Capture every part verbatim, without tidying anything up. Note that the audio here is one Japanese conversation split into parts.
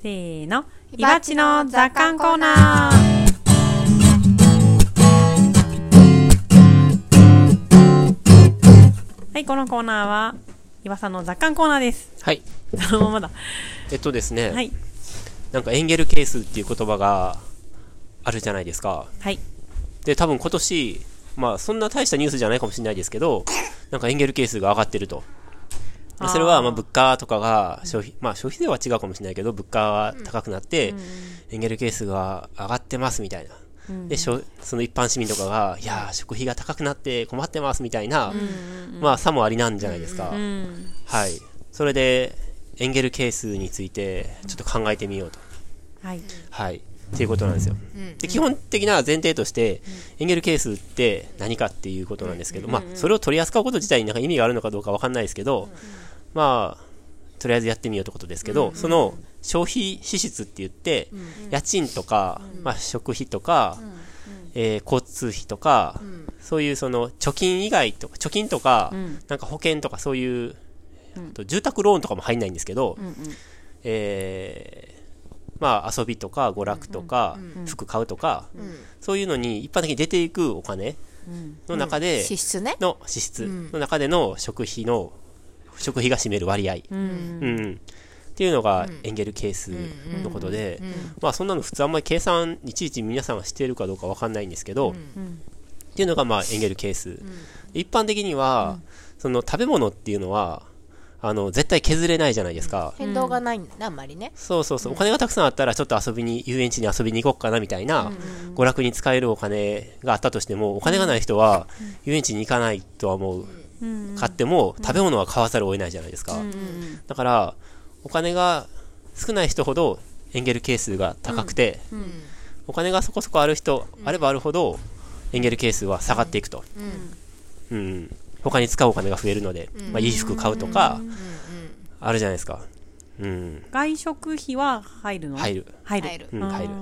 せーの、いばっちの雑感コーナー。はい、このコーナーは岩さんの雑感コーナーです。 はい。 そのままだ。 えっとですね、 はい、 なんかエンゲル係数っていう言葉があるじゃないですか。 はい。 で、多分今年、まあそんな大したニュースじゃないかもしれないですけど、なんかエンゲル係数が上がってると。それはまあ物価とかが消費、まあ消費税は違うかもしれないけど、物価が高くなって、うん、エンゲル係数が上がってますみたいな。うん、で、その一般市民とかが、いやー、食費が高くなって困ってますみたいな、うん、まあ差もありなんじゃないですか。うん、はい。それで、エンゲル係数についてちょっと考えてみようと。はい。はい。っていうことなんですよ。で、基本的な前提として、エンゲル係数って何かっていうことなんですけど、まあ、それを取り扱うこと自体になんか意味があるのかどうかわかんないですけど、まあ、とりあえずやってみようってことですけど、その消費支出って言って、家賃とか、まあ、食費とか、えー、交通費とか、そういうその貯金以外とか、貯金とか、なんか保険とかそういう、住宅ローンとかも入んないんですけど、えー、まあ遊びとか娯楽とか服買うとか、そういうのに一般的に出ていくお金の中で、 支出ね。 の支出の中での食費の、食費が占める割合、うん、っていうのがエンゲル係数のことで、まあそんなの普通あんまり計算いちいち皆さんがしているかどうかわかんないんですけど、っていうのがまあエンゲル係数。一般的には、その食べ物っていうのはあの絶対削れないじゃないですか。 変動がないんだ、あんまりね。 そうそうそう、お金がたくさんあったらちょっと遊びに、遊園地に遊びに行こうかなみたいな、娯楽に使えるお金があったとしても、お金がない人は遊園地に行かないとは思う。買っても食べ物は買わざるを得ないじゃないですか。だからお金が少ない人ほどエンゲル係数が高くて、お金がそこそこある人、あればあるほどエンゲル係数は下がっていくと。うん、他に使うお金が増えるので、まあ、いい服買うとかあるじゃないですか。うん、 外食費は入るの？ 入る。 入る。 入る。うん、入る。うん。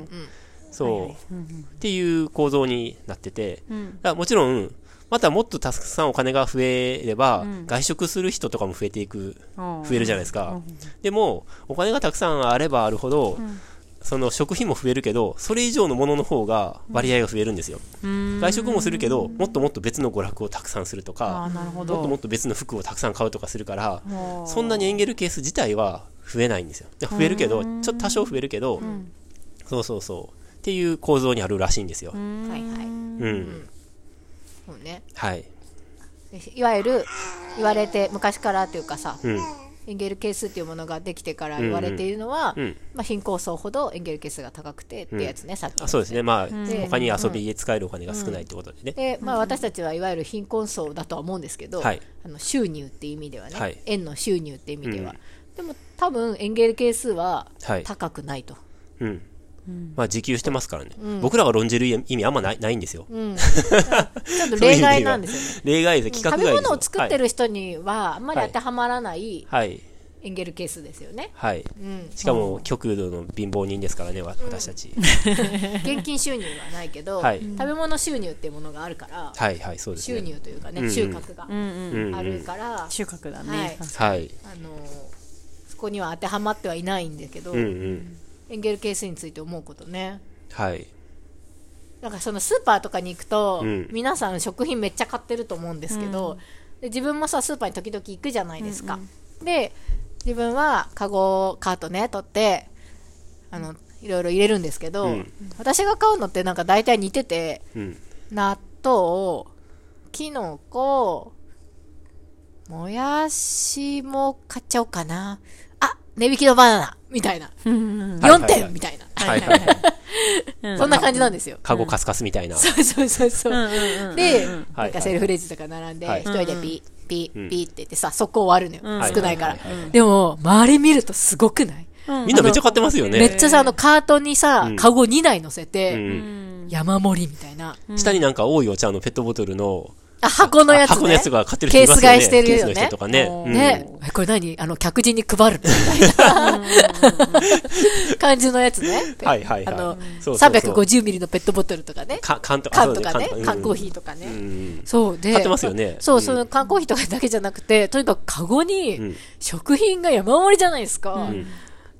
そう、はいはい、っていう構造になってて、だからもちろんまたもっとたくさんお金が増えれば、うん、外食する人とかも増えていく、増えるじゃないですか。でもお金がたくさんあればあるほど、うん、その食費も増えるけど、それ以上のものの方が割合が増えるんですよ。うん、外食もするけど、もっともっと別の娯楽をたくさんするとか、もっともっと別の服をたくさん買うとかするから、そんなにエンゲル係数自体は増えないんですよ。増えるけど、ちょっと多少増えるけど、うん、そうそうそうっていう構造にあるらしいんですよ。はいはい。うん。 そうね。 はい。 いわゆる言われて昔からというかさ、うん、エンゲル係数っていうものができてから言われているのは、うんうん、まあ、貧困層ほどエンゲル係数が高くてってやつね、うん、さっきの。 あ、そうですね。まあ、他に遊びで使えるお金が少ないってことでね。 で、まあ、私たちはいわゆる貧困層だとは思うんですけど、はい、あの収入っていう意味ではね、はい、円の収入っていう意味では、うん、でも多分エンゲル係数は高くないと。はい、うん。 うん、まあ自給してますからね、うん、僕らが論じる意味あんまない、ないんですよ、うん、ちょっと例外なんですよね。 例外です、規格外ですよ。 食べ物を作ってる人にはあんまり当てはまらない、はい、エンゲル係数ですよね。 はい、うん、しかも極度の貧乏人ですからね、私たち、うん、 現金収入はないけど、はい、食べ物収入っていうものがあるから、 はいはい、そうですね、 収入というかね、うん、収穫があるから、うんうん、 収穫だね、 はいはい、あのそこには当てはまってはいないんだけど、うんうん、エンゲル係数について思うことね。 はい。 なんかそのスーパーとかに行くと、うん、皆さん食品めっちゃ買ってると思うんですけど、うん、で自分もさスーパーに時々行くじゃないですか。うんうん、で自分はカゴカートね取ってあのいろいろ入れるんですけど、うん、私が買うのってなんか大体似てて、うん、納豆、きのこ、もやしも買っちゃおうかな。あ、値引きのバナナみたいな、よんてんみたいな、そんな感じなんですよ。 カゴカスカスみたいな。 そうそうそうそう。で、なんかセルフレジとか並んで一人でピッピッピッって言ってさ、そこ終わるのよ。少ないから。でも周り見るとすごくない？ みんなめっちゃ買ってますよね。 めっちゃさ、あのカートにさ、カゴにだい乗せて山盛りみたいな。 下になんか多いお茶のペットボトルのあ、箱のやつね。 箱のやつが買ってる人いますよね。 ケース買いしてるよね。 ケースの人とかね。うん、 ね。これ何あの、客人に配るみたいな感じのやつね。 はいはいはい。 あの、そうそうそうさんびゃくごじゅうミリのペットボトルとかね。 か缶とか、 缶とかね。缶コーヒーとかね。うん、そうで。 買ってますよね。 そう、その缶コーヒーとかだけじゃなくて、とにかくカゴに食品が山盛りじゃないですか。うん、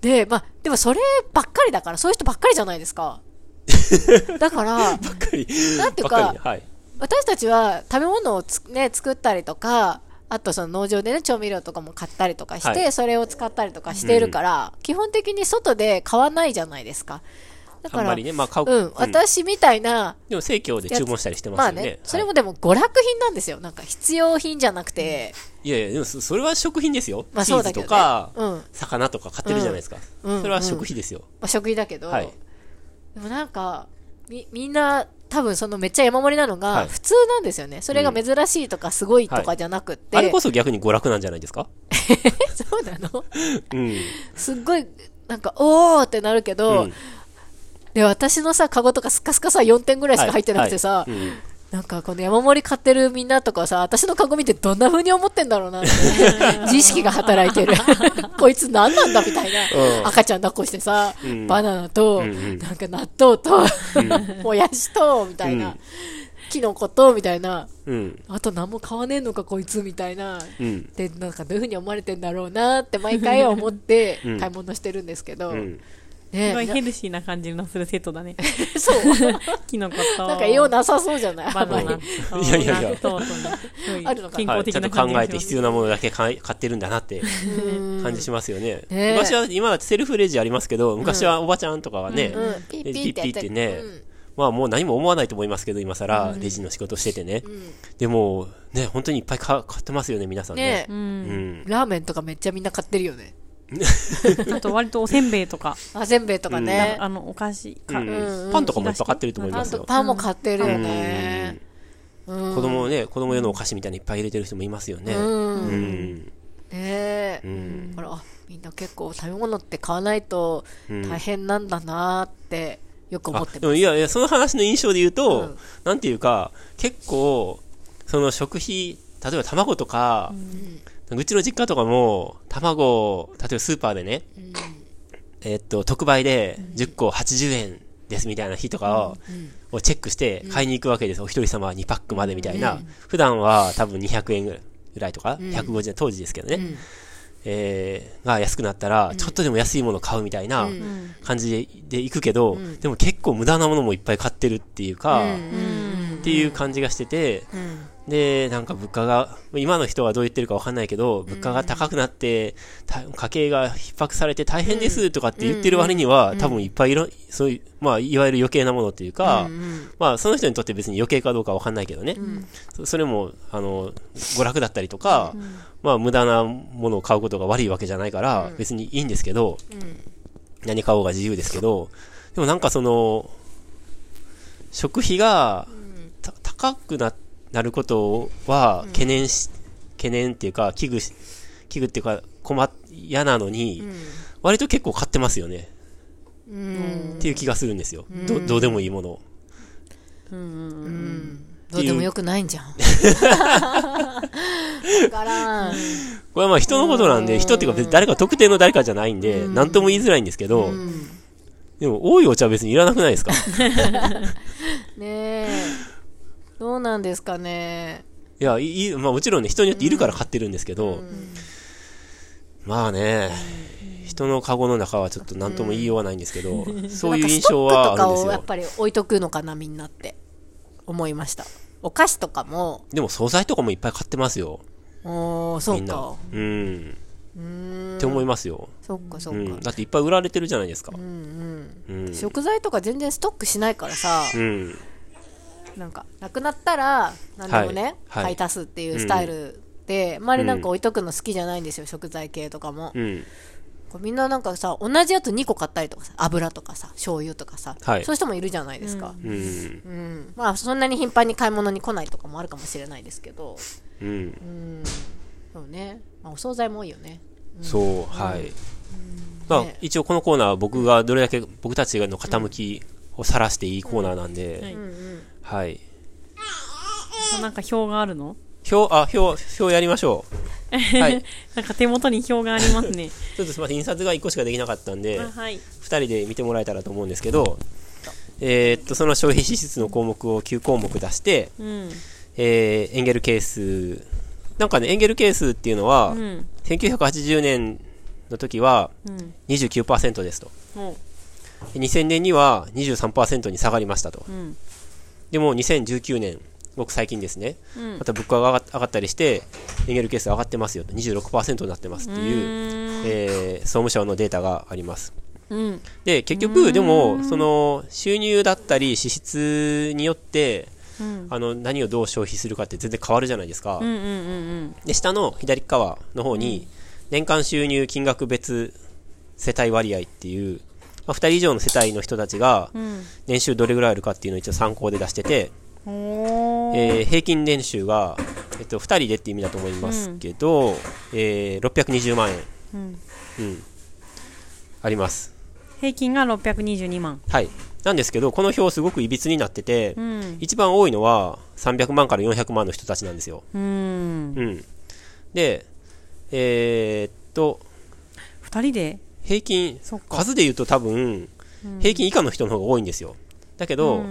で、まあ、でもそればっかりだから、そういう人ばっかりじゃないですか。だから、 ばっかり。 なんていうか、 ばっかりはい、 私たちは食べ物をつ、ね、作ったりとか、あとその農場でね、調味料とかも買ったりとかして、はい、それを使ったりとかしているから、うん、基本的に外で買わないじゃないですか。だから、あんまりね、まあ買う、うん、私みたいな。 でも生協で注文したりしてますよね。まあね、 それもでも娯楽品なんですよ。なんか必要品じゃなくて。 いやいや、でもそれは食品ですよ。まあそうだけどね、チーズとか、うん、魚とか買ってるじゃないですか。うん、それは食費ですよ。うんうん、 まあ食費だけど、はい、でもなんか、み、みんな、多分そのめっちゃ山盛りなのが普通なんですよね。はい、それが珍しいとかすごいとかじゃなくって、 はい、あれこそ逆に娯楽なんじゃないですか。 そうなの、うん、すっごいなんかおーってなるけど、うん、で私のさカゴとかスカスカさよんてんぐらいしか入ってなくてさ、はいはい、うん、なんかこの山盛り買ってるみんなとかさ、私のカゴ見てどんな風に思ってんだろうなって、ね、自意識が働いてるこいつ何なんだみたいな、うん、赤ちゃん抱っこしてさ、うん、バナナと、うんうん、なんか納豆と、うん、もやしとみたいな、うん、キノコとみたいな、うん、あと何も買わねえのかこいつみたいな、うん、でなんかどういう風に思われてんだろうなって毎回思って買い物してるんですけど、うん、 ね、すごいヘルシーな感じのするセットだね。 そう。 キノコと。 なんか栄養なさそうじゃないバナナ。 いやいやいや。 あるのか健康的な感じ、はい、ちゃんと考えて必要なものだけ買ってるんだなって感じしますよね。昔は、今だってセルフレジありますけど、昔はおばちゃんとかはね、うんうん、ピッピッピッってね、うん、まあもう何も思わないと思いますけど、今更レジの仕事しててね。うん、でも、ね、本当にいっぱい買ってますよね、皆さんね。ね、 うんうん。ラーメンとかめっちゃみんな買ってるよね。 あと割とおせんべいとか、 あせんべいとかね、 うん、あのお菓子、うんうん、パンとかもいっぱい買ってると思いますよ。 パンも買ってるよね、 うんうん、子供ね、子供用のお菓子みたいにいっぱい入れてる人もいますよね。うんうん、 ねえ、うん、だからあみんな結構食べ物って買わないと大変なんだなってよく思ってます。 でもいやいや、その話の印象で言うと、うん、なんていうか結構その食費、例えば卵とか、うん、うちの実家とかも卵、例えばスーパーでね、うん、えー、っと特売でじゅっこはちじゅうえんですみたいな日とかを、うん、をチェックして買いに行くわけです。お一人様にパックまでみたいな、うん、普段は多分にひゃくえんぐらいとか、うん、ひゃくごじゅうえん当時ですけどね、うん、えー、が安くなったらちょっとでも安いものを買うみたいな感じで、で行くけど、うん、でも結構無駄なものもいっぱい買ってるっていうか、うん、っていう感じがしてて、うん、でなんか物価が今の人はどう言ってるか分かんないけど、物価が高くなって家計が逼迫されて大変ですとかって言ってる割には、多分いっぱいいろそういう、まあ、いわゆる余計なものっていうか、まあ、その人にとって別に余計かどうか分かんないけどね、そ, それもあの娯楽だったりとか、まあ、無駄なものを買うことが悪いわけじゃないから別にいいんですけど、何買おうが自由ですけど、でもなんかその食費が高くなってなることは懸念し、うん、懸念っていうか危惧し危惧っていうか困っ嫌なのに、うん、割と結構買ってますよね、うん、っていう気がするんですよ、うん、ど, どうでもいいもの、 うんうん、どうでもよくないんじゃんだからこれはまあ人のことなんで、人っていうか誰か特定の誰かじゃないんで何とも言いづらいんですけど、でも多いお茶は別にいらなくないですかねえ、どうなんですかね。 いや、いい、まあもちろんね、人によっているから買ってるんですけど、うん、まあね、うん、人のカゴの中はちょっと何とも言いようがないんですけど、うん、そういう印象はあるんですよ。ストックとかをやっぱり置いとくのかな、みんなって思いました。お菓子とかも。 でも惣菜とかもいっぱい買ってますよ。 おー、そうか。みんな。 うん。うーんって思いますよ。 そっかそっか、うん。 だっていっぱい売られてるじゃないですか。 うんうんうん、食材とか全然ストックしないからさ、うん、なんかなくなったら何でもね、はい、買い足すっていうスタイルで、うん、あまりなんか置いとくの好きじゃないんですよ、食材系とかも、うん、こうみんななんかさ同じやつにこ買ったりとかさ、油とかさ醤油とかさ、はい、そういう人もいるじゃないですか、うんうん、まあそんなに頻繁に買い物に来ないとかもあるかもしれないですけど、うん、うん、そうね、まあ、お惣菜も多いよね、 うん、そう、はい、うん、まあ、ね、一応このコーナーは僕がどれだけ僕たちの傾きを晒していいコーナーなんで、うん、はい、はい、 なんか表があるの？ 表、あ、表、表やりましょう。はい。 なんか手元に表がありますね。 ちょっとすみません、印刷がいっこしかできなかったんで、はい、ふたりで見てもらえたらと思うんですけど、えー、っと、その消費支出の項目をきゅうこうもく出して、うん、えー、エンゲル係数、なんかね、エンゲル係数っていうのは、うん、せんきゅうひゃくはちじゅうねんの時は にじゅうきゅうパーセント ですと。でにせんねんには にじゅうさんパーセント に下がりましたと。うん、でもにせんじゅうきゅうねん、ごく最近ですね、うん、また物価が上がったりしてエンゲル係数上がってますよと にじゅうろくパーセント になってますっていう、えー、総務省のデータがあります。うん、で結局でもその収入だったり支出によって、うん、あの何をどう消費するかって全然変わるじゃないですか。で下の左側の方に年間収入金額別世帯割合っていう、まあ、ふたり以上の世帯の人たちが年収どれぐらいあるかっていうのを一応参考で出してて、えー、平均年収が、えっと、ふたりでって意味だと思いますけど、うんえー、ろっぴゃくにじゅうまんえん、うんうん、あります。 平均がろっぴゃくにじゅうにまん。 はい。なんですけど、この表すごくいびつになってて、うん、一番多いのはさんびゃくまんからよんひゃくまんの人たちなんですよ。うん。うん。で、えー、っと、 ふたりで平均、数で言うと多分、うん、平均以下の人の方が多いんですよ。だけど、うんうん、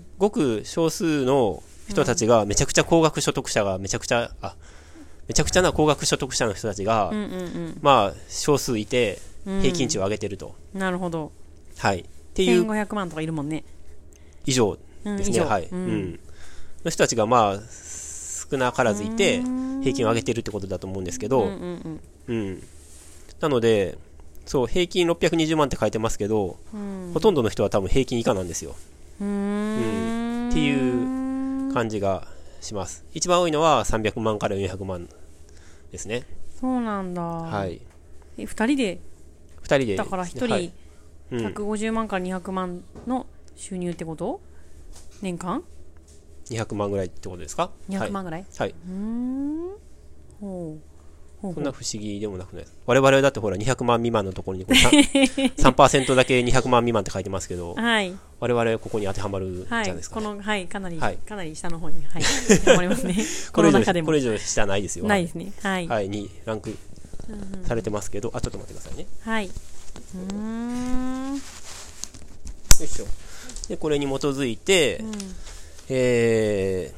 ごく少数の人たちがめちゃくちゃ高額所得者がめちゃくちゃ、あ、めちゃくちゃな高額所得者の人たちが、うんうんうん、まあ、少数いて、平均値を上げてると、 うん、なるほど。 はい。っていう。 せんごひゃくまんとかいるもんね。 以上ですね。うん、はい、うん。うん。の人たちがまあ、少なからずいて、平均を上げてるってことだと思うんですけど、うん、うんうん、なので、そう、平均ろっぴゃくにじゅうまんって書いてますけど、うん、ほとんどの人は多分平均以下なんですよ。うーん、うん。っていう感じがします。一番多いのはさんびゃくまんからよんひゃくまんですね。 そうなんだ。 はい。 え、ふたりでふたりでだからひとりひゃくごじゅうまんからにひゃくまんの収入ってこと？年間にひゃくまんぐらいってことですか？ にひゃくまんぐらい、 はい、 うーんほうほうほう。 そんな不思議でもなくないです。我々だってほらにひゃくまん未満のところにこれ さんパーセント だけにひゃくまん未満って書いてますけど、はい、我々ここに当てはまるじゃないですか、ね。 はい、この、はい、かなり、はい、かなり下の方に、はい、当てはまりますね。この中でも。 これ以上下ないですよ。 ないですね。はい。 はい、にランクされてますけど、あ、ちょっと待ってくださいね。 はい。うーん。よいしょ。で、これに基づいて、うん、え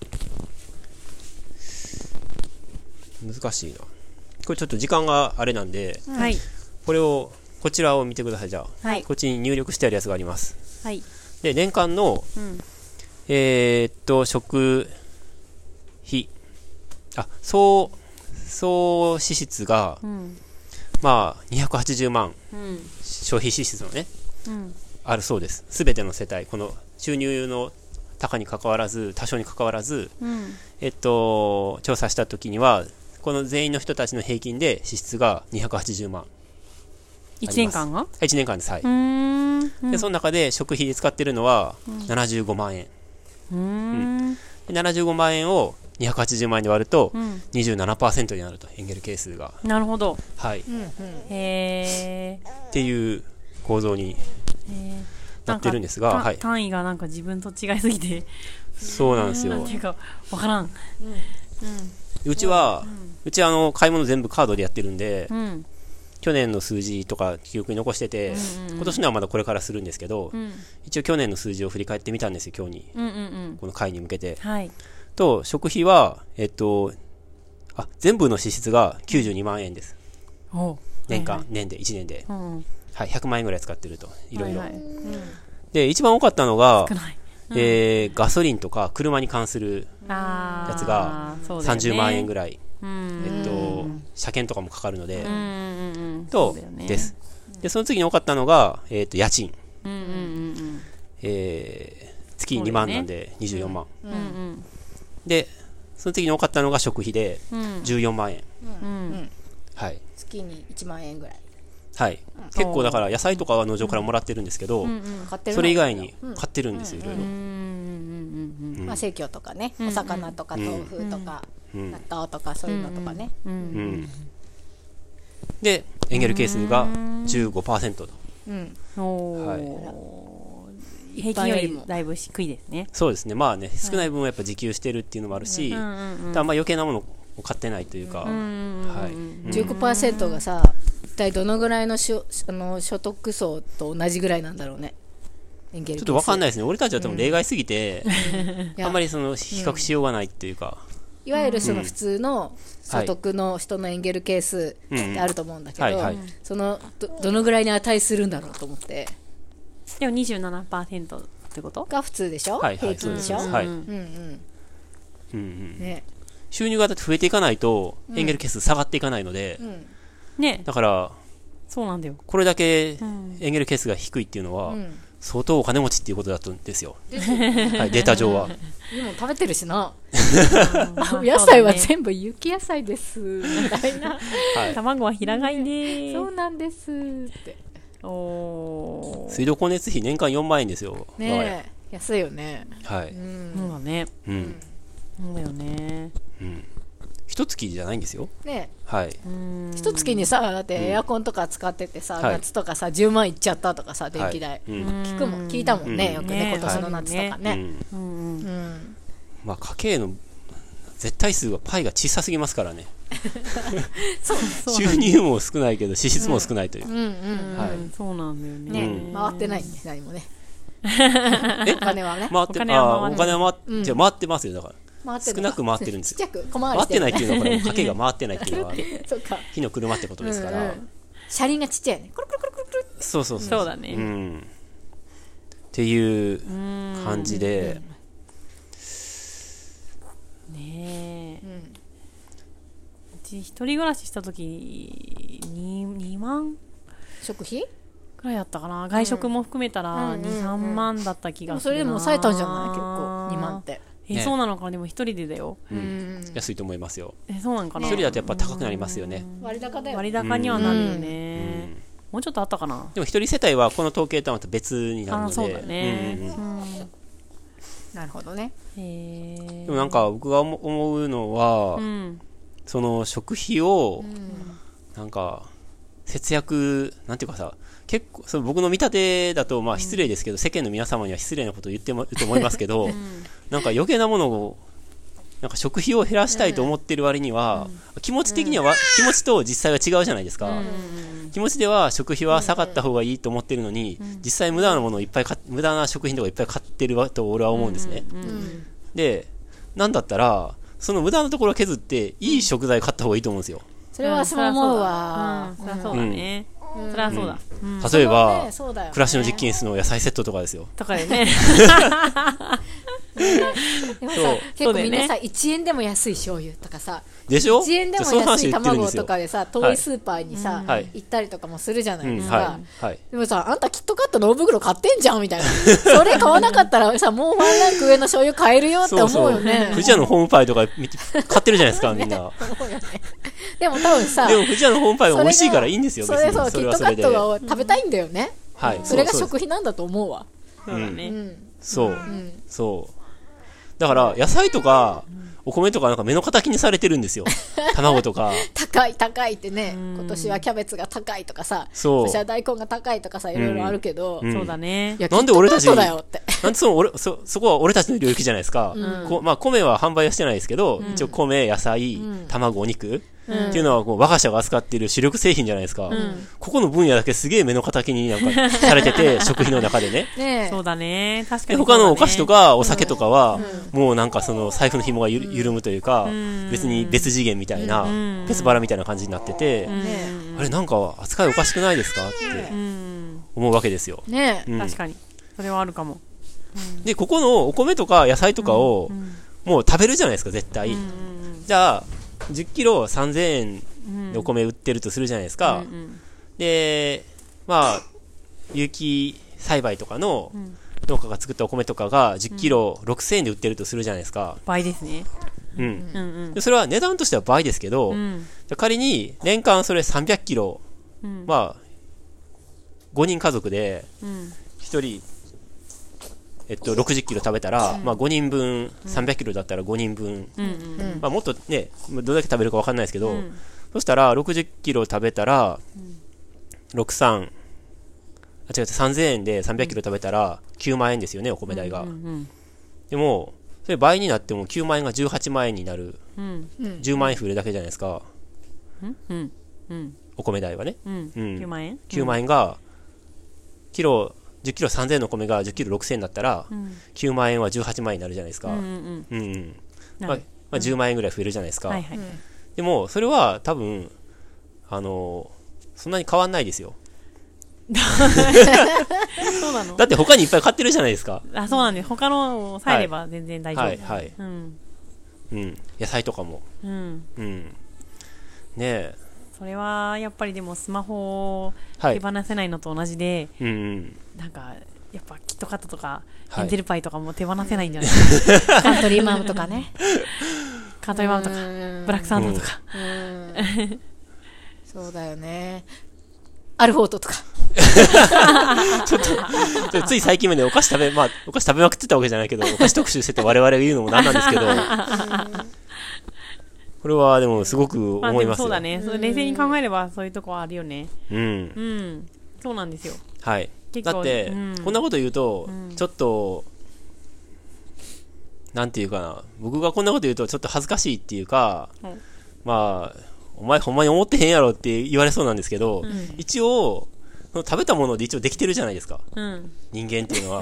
ー、難しいな。これちょっと時間があれなんで、はい、これを、こちらを見てください、じゃあ。はい、こっちに入力してあるやつがあります。はい、で、年間の、うん、えー、っと、食費、あ、総、総支出が、うん、まあ、にひゃくはちじゅうまん、うん、消費支出のね、うん、あるそうです。すべての世帯、この収入の高に関わらず、多少に関わらず、うん、えっと、調査したときには、この全員の人たちの平均で支出がにひゃくはちじゅうまん。 いちねんかんが ? いちねんかんです。はい。うーん、うん、で、その中で食費で使ってるのはななじゅうごまんえん。うーん、うん、でななじゅうごまんえんをにひゃくはちじゅうまんえんで割ると にじゅうななパーセント になると、エンゲル係数が。 なるほど。 はい。うんうん、 へー。 っていう構造になってるんですが、はい、 単位がなんか自分と違いすぎてそうなんですよ。 なんていうかわからん。うん、 うちは、うん、うちはあの買い物全部カードでやってるんで、うん、去年の数字とか記憶に残してて、うんうんうん、今年のはまだこれからするんですけど、うん、一応去年の数字を振り返ってみたんですよ、今日に、うんうんうん、この会に向けて、はい、と食費は、えっと、あ全部の支出がきゅうじゅうにまんえんです、うん、年間、はいはい、年でいちねんで、うんはい、ひゃくまんえんぐらい使ってると、いろいろ、はいはい、うん、で一番多かったのが、うんえー、ガソリンとか車に関するやつがさんじゅうまんえんぐらい、ね、えっと、車検とかもかかるので、うん、と、ね、です。で、その次に多かったのが、えっと、家賃、うんうんうん、えー、月にまんなんでにじゅうよんまん、うんうん、で、その次に多かったのが食費でじゅうよんまんえん、うんうん、はい、 月にいちまんえんぐらい、 はい、うん、結構だから野菜とかは農場からもらってるんですけど、うんうんうん、それ以外に買ってるんですよ、いろいろ。 まあ、生協とかね、お魚とか豆腐とか、うん、納豆とかそういうのとかね、うんうんうん、 でエンゲル係数が じゅうごパーセント と、うん、 はい、平均よりもだいぶ低いですね。 そうですね、まあね、少ない分はやっぱ自給してるっていうのもあるし、うんうんうん、ただまあ余計なものを買ってないというか、うんうんうん、はい、 じゅうごパーセント がさ、一体どのぐらいのしょあの所得層と同じぐらいなんだろうね。 ちょっと分かんないですね。俺たちは多分例外すぎて、うん、あんまりその比較しようがないっていうか、 いいわゆるその普通の所得の人のエンゲル係数ってあると思うんだけど、 はいはいその ど, どのぐらいに値するんだろうと思って。 でも にじゅうななパーセント ってことが普通でしょ、 はいはい平均でしょ、 そうですはいうんうんうんうんね収入がだって増えていかないとエンゲル係数下がっていかないので、 うんね、 だからそうなんだよ。 これだけうんエンゲル係数が低いっていうのは、 うん相当お金持ちっていうことだったんですよ、 ですよはい、データ上は。 でも食べてるしなうんお野菜は全部有機野菜ですみたいなはい、 卵は平飼いね。 そうなんですっておー。 水道光熱費年間よんまんえんですよ、我が家。 ねえ安いよねはい、 うんそうだね。 うんそうだよね。 うん、一月じゃないんですよ。 ねはい、 うん。 一月にさだってエアコンとか使っててさ、 はい夏とかさじゅうまんいっちゃったとかさ電気代、 はいうん聞くもん聞いたもんね、 うんよくねね今年の夏とかね、 うんうんうん。 うんまあ、家計の絶対数はパイが小さすぎますからね。 そう収入も少ないけど支出も少ないという、 うんうんはいうんそうなんだよね。 ね、 うん回ってないんで何もねえお金はね回ってお金は回ってあお金は回っ、 うんじゃあ回ってますよ。だから回って少なく回ってるんですよ。 ちっちゃく小回り回っててしるないっていうのはこれ家計が回ってないっていうのはそうか火の車ってことですから、 うんうん車輪がちっちゃいねくるくるくるくるくるそうそうそうそうだね。 うん、っていううん感じで、 ねえ。 うんうち一人暮らしした時ににまん食費くらいだったかな。外食も含めたうらんに、さんまんだった気でもがするな。 それでも抑えたんじゃない結構にまんってえ、 ねそうなのか。でも一人でだよ。 うんうん安いと思いますよ。 え、そうなんかな。 一人だとやっぱ高くなりますよね。 割高だよ割高にはなるようね。 んもうちょっとあったかな。 でも一人世帯はこの統計とはまた別になるので、 あ、そうだね。 うんうんうんうんなるほどねへえ。 でもなんか僕が思思うのは、 うん。 その食費をうんなんか節約なんていうかさ、結構その僕の見立てだとまあ失礼ですけど、世間の皆様には失礼なことを言ってもると思いますけど、なんか余計なものをなんか食費を減らしたいと思ってる割には、気持ち的にはわ、気持ちと実際は違うじゃないですか、気持ちでは食費は下がった方がいいと思ってるのに、実際無駄なものをいっぱい買っ無駄な食品とかいっぱい買ってると俺は思うんですね、 うんでなんだったらその無駄なところを削っていい食材買った方がいいと思うんですよ。 それはそう思うわうん、そりゃそうだね。そりゃそうだ。うん例えば、 ねそうだよね暮らしの実験室の野菜セットとかですよ。 とかでね。 でもさそう結構みんなさいちえんでも安い醤油とかさでしょいちえんでもその安い話言ってるんで卵すよとかでさ遠いスーパーにさはい行ったりとかもするじゃないうん、 ですはかい、はい。 でもさあんたキットカットの大袋買ってんじゃんみたいなそれ買わなかったらさもうワンランク上の醤油買えるよって思うよね富士屋のホームパイとか見て買ってるじゃないですか、みんな。 思うよねでも多分さでも富士屋のホームパイは美味しいからいいんですよ、 それ別に。 そうキットそれはそれで。 カットが食べたいんだよねはい。 それがう食費なんだと思うわうそうだね。 んそう。 うんそう。だから、野菜とか、お米とかなんか目の敵にされてるんですよ。卵とか。 高い高いってね今年はキャベツが高いとかさそう今年は大根が高いとかさいろいろあるけどうんそうだねい。やなんで俺たちキットカットだよってなんでその俺、そ、そこは俺たちの領域じゃないですか。こまあ、米は販売はしてないですけど、一応米、野菜、卵、お肉、っていうのはこう我が社が扱っている主力製品じゃないですか。ここの分野だけすげえ目の敵になんかされてて、食費の中でね。 ねえそうだね。確かでにそうだね。 他のお菓子とかお酒とかは、もうなんかその財布の紐がゆる緩むというか、別に別次元みたいな、別腹みたいな感じになってて、 ねあれなんか扱いおかしくないですかってうん。 思うわけですよ。 えねえうん確かに。それはあるかも。 で、ここのお米とか野菜とかを、もう食べるじゃないですか、絶対。じゃあ、じゅっキロさんぜんえんでお米売ってるとするじゃないですか。で、まあ、有機栽培とかの農家が作ったお米とかがじゅっキロろくせんえんで売ってるとするじゃないですか。 倍ですね。 うん。 うんうん。 でそれは値段としては倍ですけど、 うん。 じゃあ仮に年間それさんびゃっキロ、 うん。 まあ、ごにん家族でうん。 ひとり、えっと、ろくじゅっキロ食べたら、まあごにんぶん、さんびゃっキロだったらごにんぶん、 うんうん。 まあもっとね、どれだけ食べるかわかんないですけど、 うんそしたらろくじゅっキロ食べたら、ろくさん、あ、違う、さんぜんえんでさんびゃっキロ食べたらきゅうまんえんですよね、お米代が。 うんうんでも、それ倍になってもきゅうまんえんがじゅうはちまんえんになる。 うんじゅうまんえん増えるだけじゃないですか、 うんうんうんお米代はね。 うんうんきゅうまんえんきゅうまんえんが、キロ、じゅっキロさんぜんえんの米がじゅっキロろくせんえんだったら、 うんきゅうまんえんはじゅうはちまんえんになるじゃないですか。 うんうんうんうん。 なるまあ、 まあ、じゅうまんえんぐらい増えるじゃないですか。 はいはい。 でも、それは多分、あの、そんなに変わんないですよ。 そうなの？ だって他にいっぱい買ってるじゃないですか。 あ、そうなんです。他のをさえれば全然大丈夫。 はい、はい。 うん。 うん。野菜とかも。 うん。 うん。ねえ。 それは、やっぱりでもスマホを手放せないのと同じで、 はい、うんうん。 なんか、やっぱキットカットとか、 はい、 エンゼルパイとかも手放せないんじゃないですか。 カントリーマームとかね。 カントリーマームとか、ブラックサンダーとか。 うん、そうだよね。アルフォートとか。 ちょっと、つい最近までお菓子食べ、まあ、お菓子食べまくってたわけじゃないけど、お菓子特集してて我々が言うのもなんなんですけど、これはでもすごく思いますよ。まあ、でもそうだね。冷静に考えればそういうとこはあるよね。 うん。 うん。そうなんですよ。 はい。だって、うん、こんなこと言うと、うん、ちょっと、なんていうかな、僕がこんなこと言うとちょっと恥ずかしいっていうか、うん、まあ、お前ほんまに思ってへんやろって言われそうなんですけど、うん、一応、食べたもので一応できてるじゃないですか。うん、人間っていうのは。うん、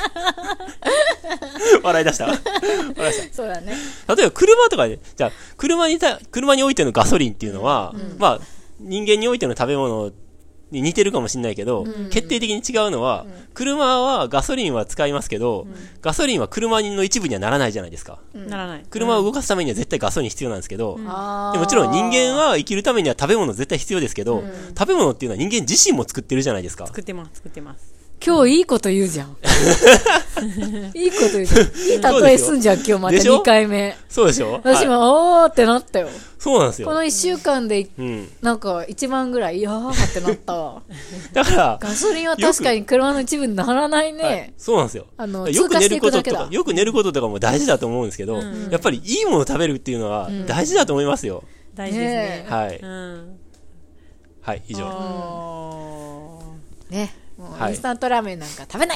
笑い出した笑い出した。 そうだね。 例えば車とかで、じゃあ、車にた、車においてのガソリンっていうのは、うん、まあ、人間においての食べ物に似てるかもしれないけど、うん、決定的に違うのは、うん、車はガソリンは使いますけど、うん、ガソリンは車の一部にはならないじゃないですか。 うん、ならない。 車を動かすためには絶対ガソリン必要なんですけど、うん、でもちろん人間は生きるためには食べ物絶対必要ですけど、うん、食べ物っていうのは人間自身も作ってるじゃないですか。 作ってます、作ってます。 今日いいこと言うじゃん。いいこと言うじゃん。いい例えすんじゃん、今日またにかいめ。 そうでしょ私も、おーってなったよ。 そうなんですよ。 このいっしゅうかんで、うん、なんかいちまんぐらい、いやーってなったわ。 だから、 ガソリンは確かに車の一部にならないね。はい、 そうなんですよ。 あの、 よく寝ることとか、 よく寝ることとかも大事だと思うんですけど、うん、やっぱりいいもの食べるっていうのは大事だと思いますよ。 うん、大事ですね。 はい。 うん、 はい、以上。 ね。もうインスタントラーメンなんか食べない、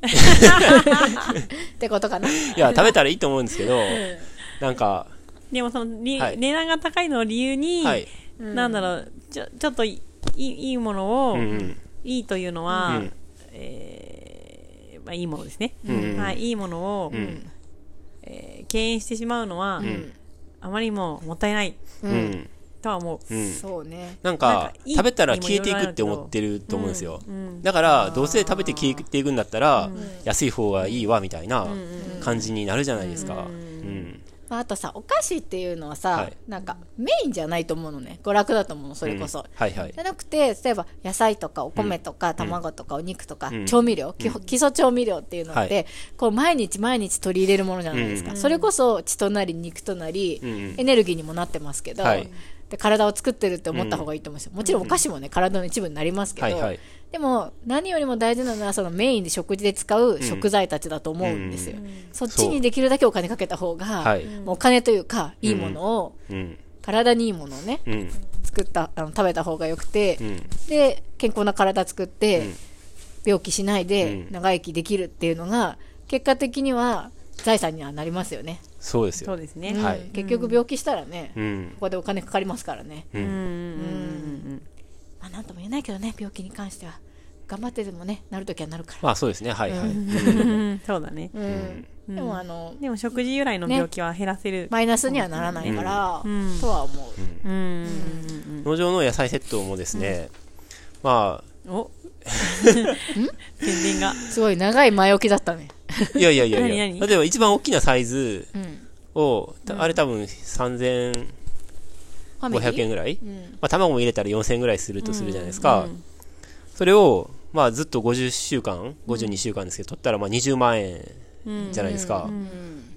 ってことかな。 いや、食べたらいいと思うんですけど、なんか、 でもその、はい、値段が高いのを理由に、はい、なんだろう、ちょ、ちょっといい、いいものを、うんうん、いいというのは、うん、えー、まあいいものですね。うんうん、はい、いいものを、うんえー、敬遠してしまうのは、うん、あまりにももったいない。うんうんとは思う、 うん、そうね。 なんか、なんか食べたら消えていくって思ってると思うんですよ、うんうん、だからどうせ食べて消えていくんだったら、うん、安い方がいいわみたいな感じになるじゃないですか、うんうんまあ、あとさお菓子っていうのはさ、はい、なんかメインじゃないと思うのね。娯楽だと思うのそれこそ、うんはいはい、じゃなくて例えば野菜とかお米とか、うん、卵とかお肉とか、うん、調味料、うん、基礎調味料っていうのって、はい、こう毎日毎日取り入れるものじゃないですか、うん、それこそ血となり肉となり、うん、エネルギーにもなってますけど、はいで体を作ってるって思った方がいいと思うんですよ。もちろんお菓子もね、うん、体の一部になりますけど、はいはい、でも何よりも大事なのはそのメインで食事で使う食材たちだと思うんですよ、うん、そっちにできるだけお金かけた方が、はい、もうお金というかいいものを、うん、体にいいものをね、うん、作ったあの食べた方がよくて、うん、で健康な体作って、うん、病気しないで長生きできるっていうのが結果的には財産にはなりますよね。 そうですよ。 そうですね、 うんはい、 結局病気したらね、うん、ここでお金かかりますからね。 うんうんうんうんまあなんとも言えないけどね病気に関しては頑張ってでもねなるときはなるから。 まあそうですねはいはい、うん、そうだね、 うんうん、でもあのでも食事由来の病気は減らせる、ね、 マイナスにはならないから、うん、とは思う、うんうんうんうん、農場の野菜セットもですね、うん、まあお宣伝がすごい長い前置きだったね。 いやいやいやいや例えば一番大きなサイズを、うん、あれ多分さんぜんごひゃくえんぐらい、うんまあ、卵も入れたらよんせんえんぐらいするとするじゃないですか、うんうん、それを、まあ、ずっとごじゅっしゅうかんごじゅうにしゅうかんですけど取ったらまあにじゅうまんえんじゃないですか、うんうんうん、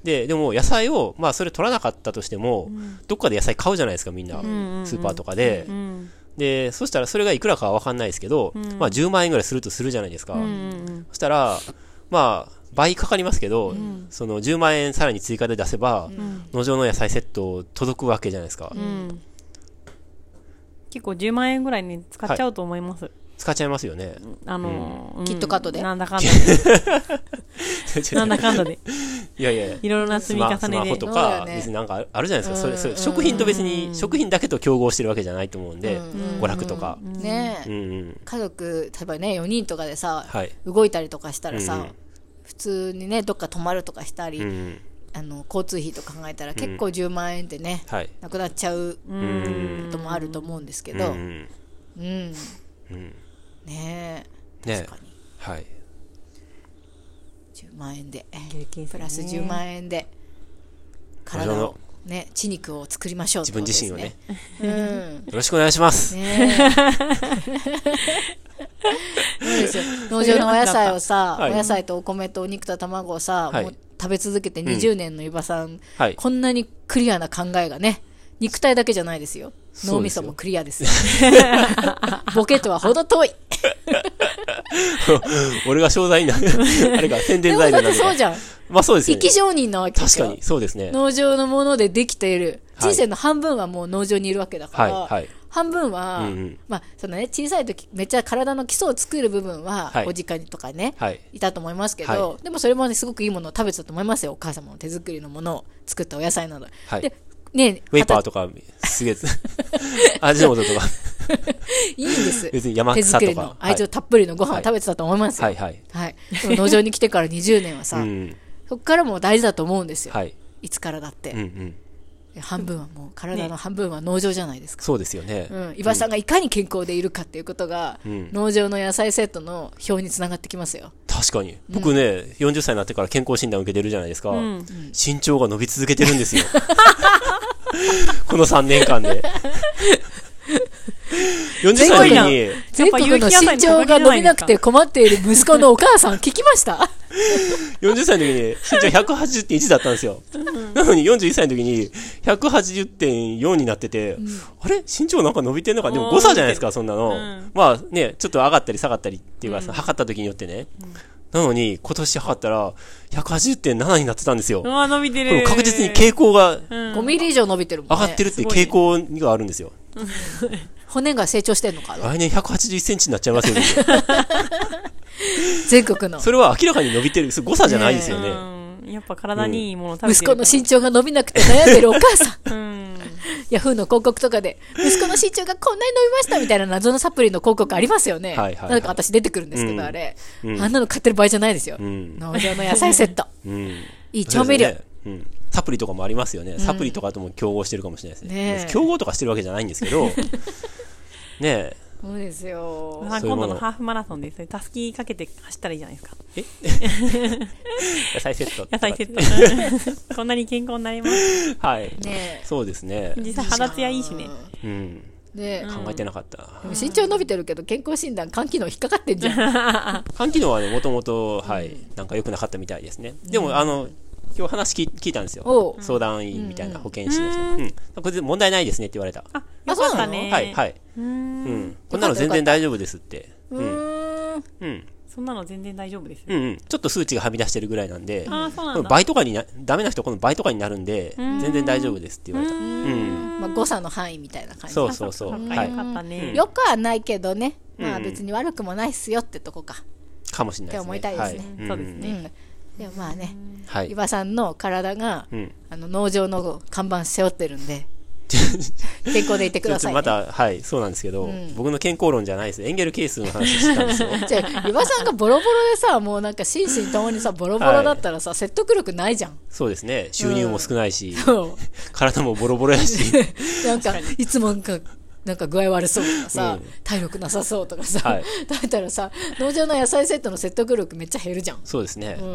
で, でも野菜を、まあ、それ取らなかったとしても、うん、どっかで野菜買うじゃないですかみんな、うんうんうん、スーパーとかで、うんうんでそしたらそれがいくらかは分かんないですけど、うんまあ、じゅうまんえんぐらいするとするじゃないですか、うんうん、そしたらまあ倍かかりますけど、うん、そのじゅうまんえんさらに追加で出せば、うん、農場の野菜セット届くわけじゃないですか、うん、 結構じゅうまんえんぐらいに使っちゃうと思います、はい、 使っちゃいますよねあのーうん、キットカットでなんだかんだでなんだかんだでいやいやいろいろな積み重ねでスマホとか、ね、別になんかあるじゃないですか、それそれ食品と別に食品だけと競合してるわけじゃないと思うんで、うん、娯楽とか、 うんねうんうん、家族例えばねよにんとかでさ、はい、動いたりとかしたらさ、うん、普通にねどっか泊まるとかしたり、うん、 あの交通費とか考えたら結構じゅうまんえんでね、うん、なくなっちゃうこともあると思うんですけど、うん、うん、うん、ねえ、確かに、はい、じゅうまんえんでプラスじゅうまんえんで体をね、血肉を作りましょう、 自分自身をね、うん、よろしくお願いします。ねそうですよ。農場のお野菜をさ、はい、お野菜とお米とお肉と卵をさ、はい、もう食べ続けてにじゅうねんのゆばさん、うんはい、こんなにクリアな考えがね、肉体だけじゃないですよ。脳みそもクリアですよ。ボケとはほど遠い。 俺が商材になる。あれか、宣伝材料になる。 そうじゃん。 まあそうですよね。 生き証人なわけですよ。 確かに、そうですね。 農場のものでできている。人生の半分はもう農場にいるわけだから、はいはい、半分は、うんうん、まあ、そのね、小さい時、めっちゃ体の基礎を作る部分は、はい、お実家とかね、はい、いたと思いますけど、はい、でもそれもね、すごくいいものを食べてたと思いますよ。お母様の手作りのものを作ったお野菜など。はい、でね、 ウェイパーとか、すげえ、味の素とか。 いいんです。 別に山草とか。 手作りの愛情たっぷりのご飯を食べてたと思いますよ。はい、はい、はい。でも農場に来てからにじゅうねんはさ、うん、そこからも大事だと思うんですよ。はい。いつからだって。うんうん、半分はもう、体の半分は農場じゃないですか。 ね、そうですよね。 うん。伊庭さんがいかに健康でいるかっていうことが、うん、農場の野菜セットの表につながってきますよ。 確かに。僕ね、うん、よんじゅっさいになってから健康診断受けてるじゃないですか。うん、身長が伸び続けてるんですよ。このさんねんかんで。よんじゅっさいの時に全国の身長が伸びなくて困っている息子のお母さん聞きました？ よんじゅっさいの時に身長 ひゃくはちじゅってんいち だったんですよ。なのによんじゅういっさいの時に ひゃくはちじゅってんよん になってて、うん、あれ身長なんか伸びてんのか。でも誤差じゃないですか、そんなの、うん、まあね、ちょっと上がったり下がったりっていうか、うん、測った時によってね、うん、なのに今年測ったら ひゃくはちじゅってんなな になってたんですよ。 あ、伸びてる。 これ確実に傾向が、うん、 ごミリ以上伸びてるもんね。 上がってるっていう傾向があるんですよ。 骨が成長してんのかな。 来年ひゃくはちじゅういっセンチになっちゃいますよね。 全国の。 それは明らかに伸びてる。誤差じゃないですよね。 ね、やっぱ体にいいものを食べてる、 息子の身長が伸びなくて悩んでるお母さん。うん、ヤフーの広告とかで、息子の身長がこんなに伸びましたみたいな謎のサプリの広告ありますよね。はいはいはい、なんか私出てくるんですけど、うん、あれ、うん。あんなの買ってる場合じゃないですよ。うん、農場の野菜セット。うん、いい調味料。 うん、サプリとかもありますよね。サプリとかとも競合してるかもしれないですね。ね、競合とかしてるわけじゃないんですけど、ねえ。 そうですよ。 今度のハーフマラソンでそれたすきかけて走ったらいいじゃないですか。え野菜セット。 野菜セット。こんなに健康になります。 はい。ね、そうですね。 実際肌ツヤいいしね。 うん。ね、考えてなかった。 でも身長伸びてるけど健康診断肝機能引っかかってんじゃん。 肝機能はね、もともとはいなんか良くなかったみたいですね。でもあの。今日話聞いたんですよ。相談員みたいな保健師の人。うん。これで問題ないですねって言われた。 あ、よかったね。 はい、はい。うん。こんなの全然大丈夫ですって。うん。 うん。そんなの全然大丈夫です。 うん。ちょっと数値がはみ出してるぐらいなんで、あ、そうなんだ。倍とかにな、ダメな人この倍とかになるんで、全然大丈夫ですって言われた。うん。 まあ誤差の範囲みたいな感じ。 そうそうそう。 はい。よかったね。 よくはないけどね。まあ別に悪くもないっすよってとこか。 かもしれないですね。 って思いたいですね。 そうですね。 でもまあね、はい、伊庭さんの体が、うん、あの農場の看板背負ってるんで健康でいてください、ね、 またはいそうなんですけど、うん、僕の健康論じゃないです。エンゲル係数の話してたんですよ。 じゃあ伊庭さんがボロボロでさ、もうなんか心身ともにさボロボロだったらさ、はい、説得力ないじゃん。 そうですね。収入も少ないし、うん、体もボロボロやしなんかいつもなんかなんか具合悪そうとかさ、うん、体力なさそうとかさ、はい、だったらさ、農場の野菜セットの説得力めっちゃ減るじゃん。 そうですね。うん。うん、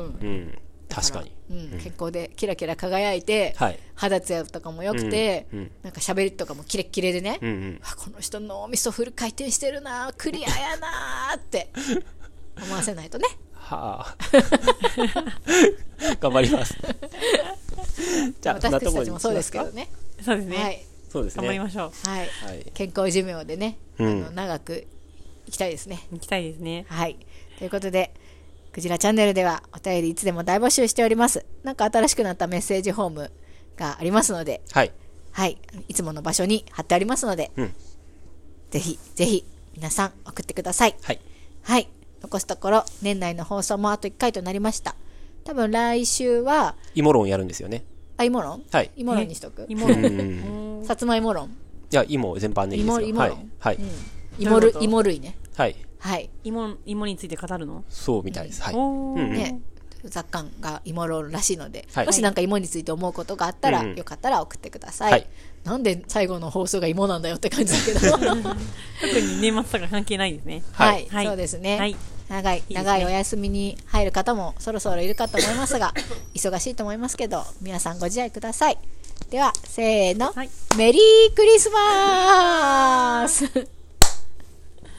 確かに、 うんうん。健康でキラキラ輝いて、はい、肌ツヤとかも良くて、うんうん、なんか喋りとかもキレッキレでね、うんうん、この人脳みそフル回転してるな、クリアやなーって思わせないとね。はあ。 頑張ります。 じゃあ、私たちもそうですけどね。 そうですね。はい。 そうですね、 頑張りましょう。はい。はい、健康寿命でね、うん、あの長く生きたいですね。 生きたいですね。 はい。ということで、クジラチャンネルではお便りいつでも大募集しております。なんか新しくなったメッセージフォームがありますので、はい。はい。いつもの場所に貼ってありますので、うん、ぜひ、ぜひ、皆さん送ってください。はい。はい。残すところ、年内の放送もあといっかいとなりました。多分来週は、 芋論やるんですよね。 あ、芋論？はい。芋論にしとく？芋論。さつまいも論？ いや、芋全般でいいですよ。 芋、芋論？はい。芋類、芋類ね。はい。はい。 芋、芋について語るの？ そうみたいです。はい。 ね。 雑感が芋論らしいので、 はい、 もしなんか芋について思うことがあったら、うん、よかったら送ってください、はい、なんで最後の放送が芋なんだよって感じだけど特に年末とか関係ないですね。 はい、はい、そうですね、はい、長い長いお休みに入る方もそろそろいるかと思いますが忙しいと思いますけど皆さんご自愛ください。ではせーの、はい、メリークリスマス